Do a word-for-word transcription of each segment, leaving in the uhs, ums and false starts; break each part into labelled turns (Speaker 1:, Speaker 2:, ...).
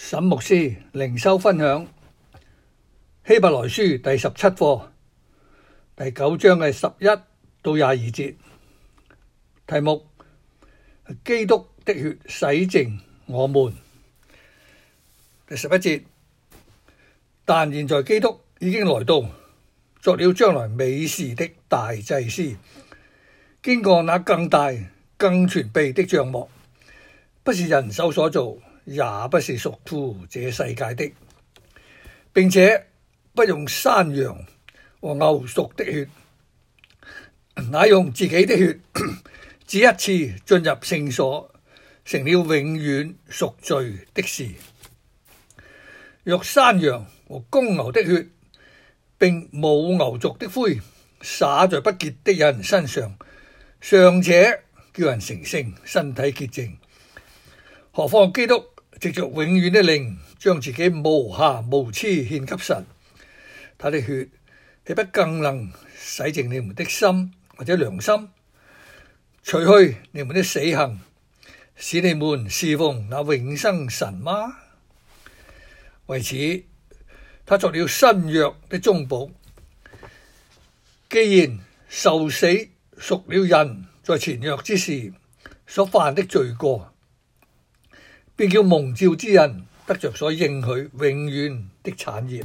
Speaker 1: 沈牧師靈修分享希伯來書第十七課第九章嘅十一到廿二節，題目基督的血洗淨我們。第十一節，但現在基督已經來到，作了將來美事的大祭司，經過那更大更全備的帳幕，不是人手所造，也不是屬乎這世界的，並且不用山羊和牛犢的血，乃用自己的血，只一次進入聖所，成了永遠贖罪的事。若山羊和公牛的血，並母牛犢的灰，灑在不潔的人身上，尚且叫人成聖，身體潔淨，何況基督藉着永遠的靈，將自己無瑕無疵獻給神，他的血豈不更能洗淨你們的心或者良心，除去你們的死行，使你們侍奉那永生神嗎？為此，他作了新約的中保，既然受死贖了人在前約之時所犯的罪過，便叫蒙召之人得着所應許永遠的產業。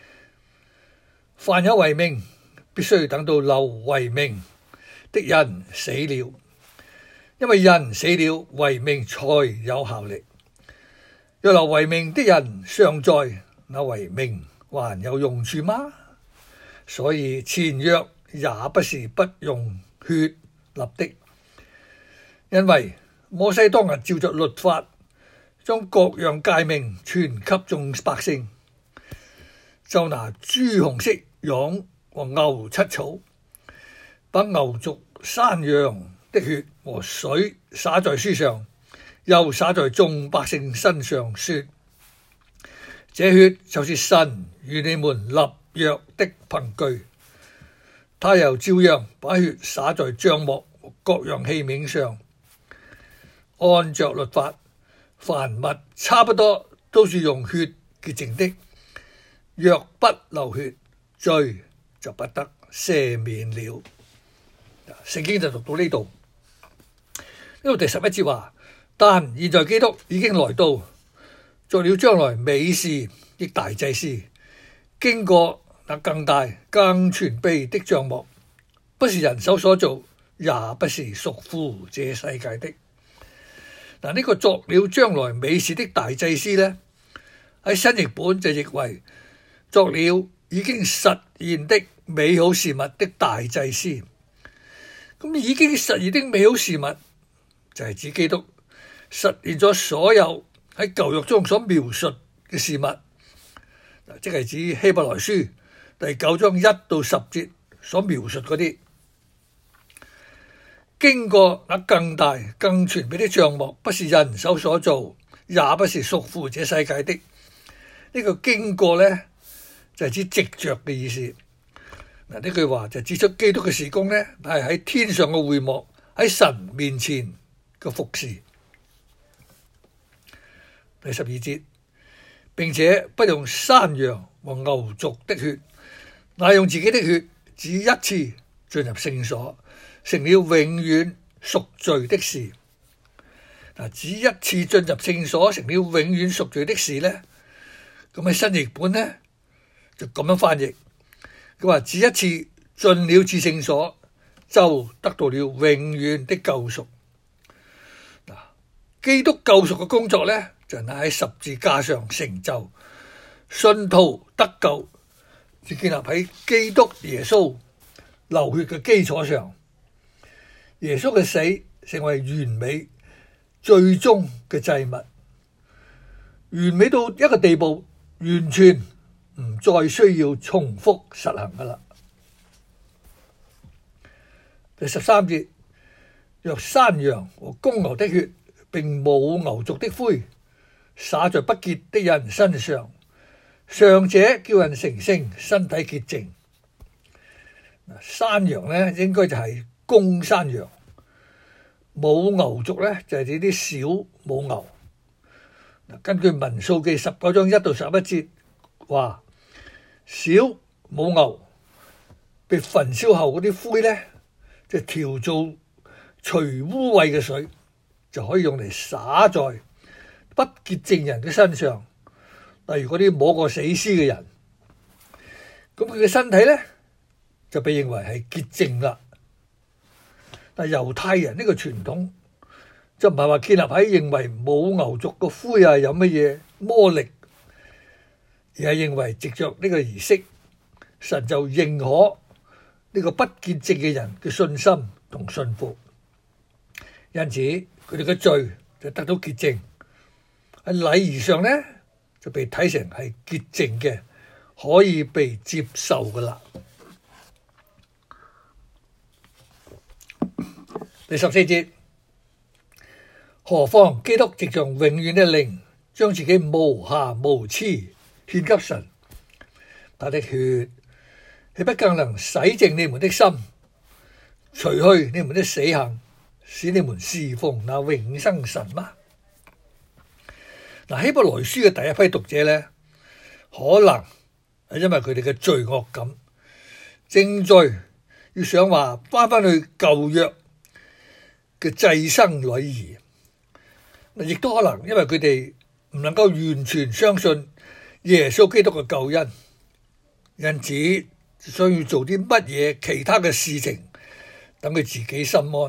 Speaker 1: 凡有遺命，必須等到留遺命的人死了，因為人死了，遺命才有效力。若留遺命的人尚在，那遺命還有用處嗎？所以前約也不是不用血立的，因為摩西當日照着律法，將各樣誡命傳給眾百姓，就拿朱紅色羊和牛膝草，把牛犢山羊的血和水灑在書上，又灑在眾百姓身上，說：這血就是神與你們立約的憑據。他又照樣把血灑在帳幕和各樣器皿上，按着律法，凡物差不多都是用血潔淨的，若不流血，罪就不得赦免了。聖經就讀到呢度，呢度第十一節話：但現在基督已經來到，作了將來美事的大祭司，經過那更大更全備的帳幕，不是人手所造，也不是屬乎這世界的。嗱，呢個作了將來美事的大祭司呢，喺新譯本就譯為作了已經實現的美好事物的大祭司。咁已經實現的美好事物就係指基督實現咗所有喺舊約中所描述嘅事物，即係指希伯來書第九章一到十節所描述嗰啲。經過那更大更全備的帳幕，不是人手所造，也不是屬乎這世界的。呢、這個經過呢，就係指藉着嘅意思。嗱，呢句話就指出基督嘅事工呢，係喺天上嘅會幕，喺神面前嘅服侍。第十二節，並且不用山羊和牛犢的血，乃用自己的血，只一次進入聖所，成了永遠贖罪的事。嗱，只一次進入聖所，成了永遠贖罪的事呢，咁喺新譯本呢就咁樣翻譯，佢話只一次進了至聖所，就得到了永遠的救贖。嗱，基督救贖嘅工作呢，就係喺十字架上成就，信徒得救就建立喺基督耶穌流血嘅基礎上。耶穌嘅死成為完美最終嘅祭物，完美到一個地步，完全唔再需要重複實行噶啦。第十三節，若山羊和公牛的血並母牛犢的灰灑在不潔的人身上，尚且叫人成聖，身體潔淨。山羊呢，應該就係公山羊，母牛犢呢就係指啲小母牛。 根據民數記十九章一到十一節話，小母牛被焚燒後嗰啲灰呢，就調做除污穢嘅水，就可以用嚟灑在不潔淨人嘅身上，例如嗰啲摸過死屍嘅人，咁佢嘅身體呢，就被認為係潔淨啦。但猶太人呢個傳統就唔係話建立喺認為母牛族個灰啊有乜嘢魔力，而係認為藉着呢個儀式，神就認可呢個不潔淨嘅人嘅信心同信服，因此佢哋嘅罪就得到潔淨，喺禮儀上呢，就被睇成係潔淨嘅，可以被接受噶啦。第十四節，何況基督藉着永遠的靈，將自己無瑕無疵獻給神，他的血豈不更能洗淨你們的心，除去你們的死行，使你們侍奉那永生神嗎？嗱，希伯來書嘅第一批讀者呢，可能係因為佢哋嘅罪惡感，正在要想話翻返去舊約嘅祭牲禮儀，亦都可能因為佢哋唔能夠完全相信耶穌基督嘅救恩，因此需要做啲乜嘢其他嘅事情，等佢自己心安。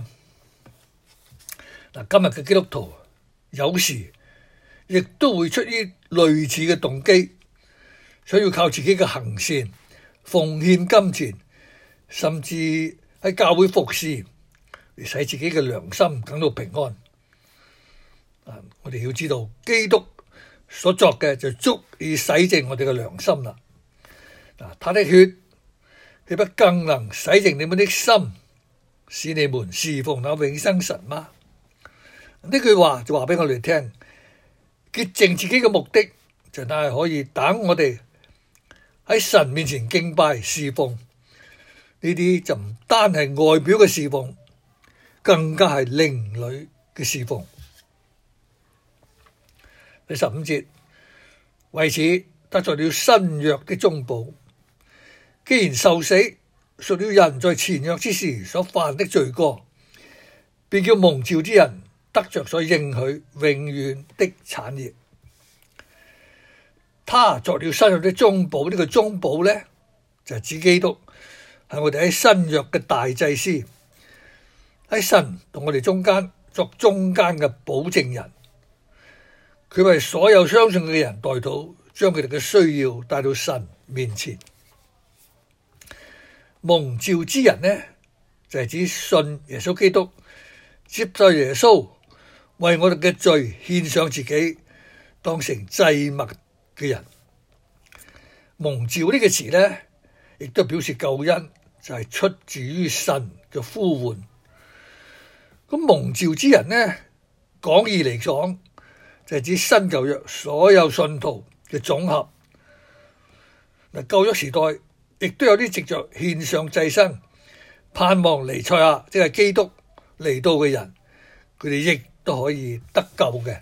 Speaker 1: 嗱，今日嘅基督徒有時亦都會出於類似嘅動機，想要靠自己嘅行善、奉獻金錢，甚至喺教會服侍，嚟使自己嘅良心感到平安。啊，我哋要知道基督所作嘅就足以洗淨我哋嘅良心啦。嗱，他的血豈不更能洗淨你們的心，使你們侍奉那永生神嗎？呢句話就話俾我哋聽，潔淨自己嘅目的就係可以等我哋喺神面前敬拜侍奉。呢啲就唔單係外表嘅侍奉，更加係靈裏嘅侍奉。第十五節，為此得咗了新約的中保，既然受死贖了人在前約之時所犯的罪過，便叫蒙召之人得着所應許永遠的產業。他作了新約的中保，呢、這個中保呢，就係、是、指基督係我哋喺新約嘅大祭司，喺神同我哋中間作中間嘅保證人。佢為所有相信嘅人代禱，將佢哋嘅需要帶到神面前。蒙召之人呢，就係、是、指信耶穌基督，接受耶穌為我哋嘅罪獻上自己，當成祭物嘅人。蒙召呢個詞呢，亦都表示救恩就係出自於神嘅呼喚。咁蒙召之人呢，廣義嚟講，就係指新舊約所有信徒嘅總合。嗱，舊約時代亦都有啲藉着獻上祭牲，盼望彌賽亞即係基督嚟到嘅人，佢哋亦都可以得救嘅。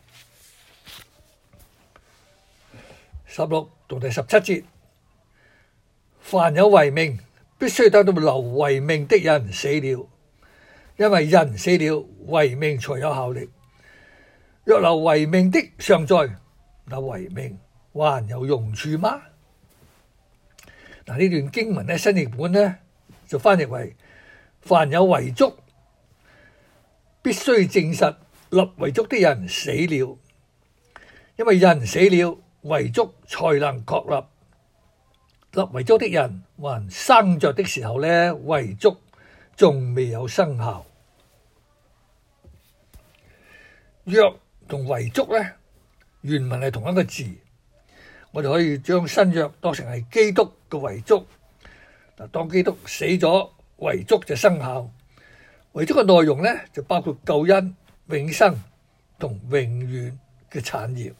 Speaker 1: 十六同第十七節，凡有遺命，必須等到留遺命的人死了，因為人死了，遺命才有效力。若留遺命的尚在，那遺命還有用處嗎？嗱，呢段經文咧，新譯本呢就翻譯為：凡有遺囑，必須證實立遺囑的人死了，因為人死了，遺囑才能確立。立遺囑的人還生着的時候呢，遺囑仲未有生效。約同遺囑呢，原文係同一個字，我哋可以將新約當成係基督嘅遺囑。嗱，當基督死咗，遺囑就生效。遺囑嘅內容呢，就包括救恩、永生同永遠嘅產業。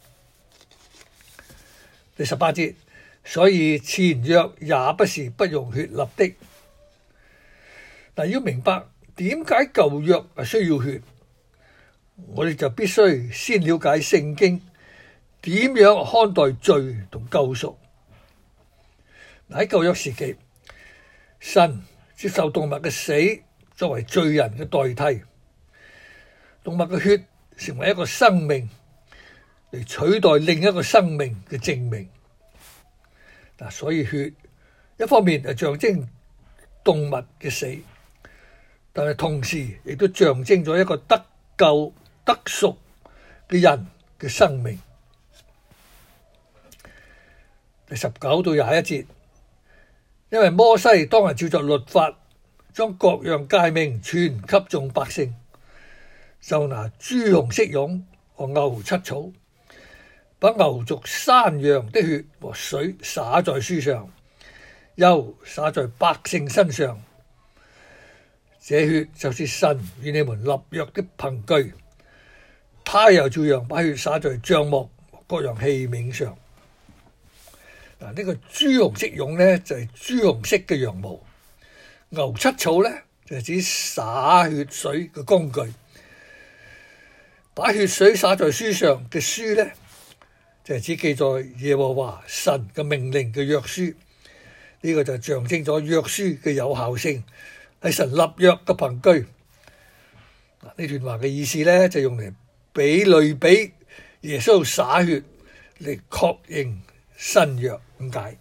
Speaker 1: 第十八節，所以前約也不是不用血立的。嗱，要明白點解舊約係需要血，我哋就必須先了解聖經點樣看待罪同救贖。喺舊約時期，神接受動物嘅死作為罪人嘅代替，動物嘅血成為一個生命嚟取代另一個生命嘅證明。嗱，所以血一方面係象徵動物嘅死，但係同時亦都象徵咗一個得救得贖嘅人嘅生命。第十九到廿一節，因為摩西當日照着律法，將各樣誡命傳給眾百姓，就拿朱紅色絨和牛膝草，把牛犢山羊的血和水灑在書上，又灑在百姓身上。這血就是神與你們立約的憑據。他又照樣把血灑在帳幕和各樣器皿上。嗱，呢個朱紅色絨呢，就係朱紅色嘅羊毛，牛膝草呢，就係指灑血水嘅工具。把血水灑在書上嘅書呢，就係指記載耶和華神嘅命令嘅約書。呢個就象徵咗約書嘅有效性，係神立約嘅憑據。呢段話嘅意思呢，就用嚟比類比耶穌灑血嚟確認新約咁解。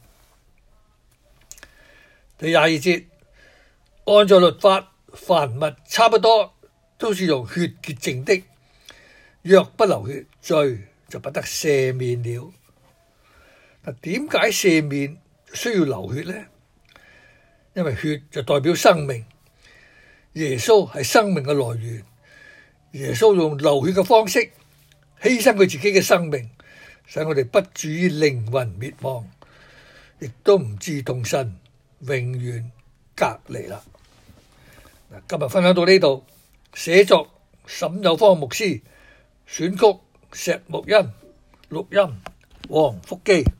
Speaker 1: 第廿二節，按照律法，凡物差不多都是用血潔淨的，若不流血，罪就不得赦免了。嗱，點解赦免需要流血呢？因為血就代表生命，耶穌係生命嘅來源。耶穌用流血嘅方式犧牲佢自己嘅生命，使我哋不至於靈魂滅亡，亦都唔至同神永遠隔離啦。嗱，今日分享到呢度，寫作沈有芳牧師，選曲石木恩，錄音黃福基。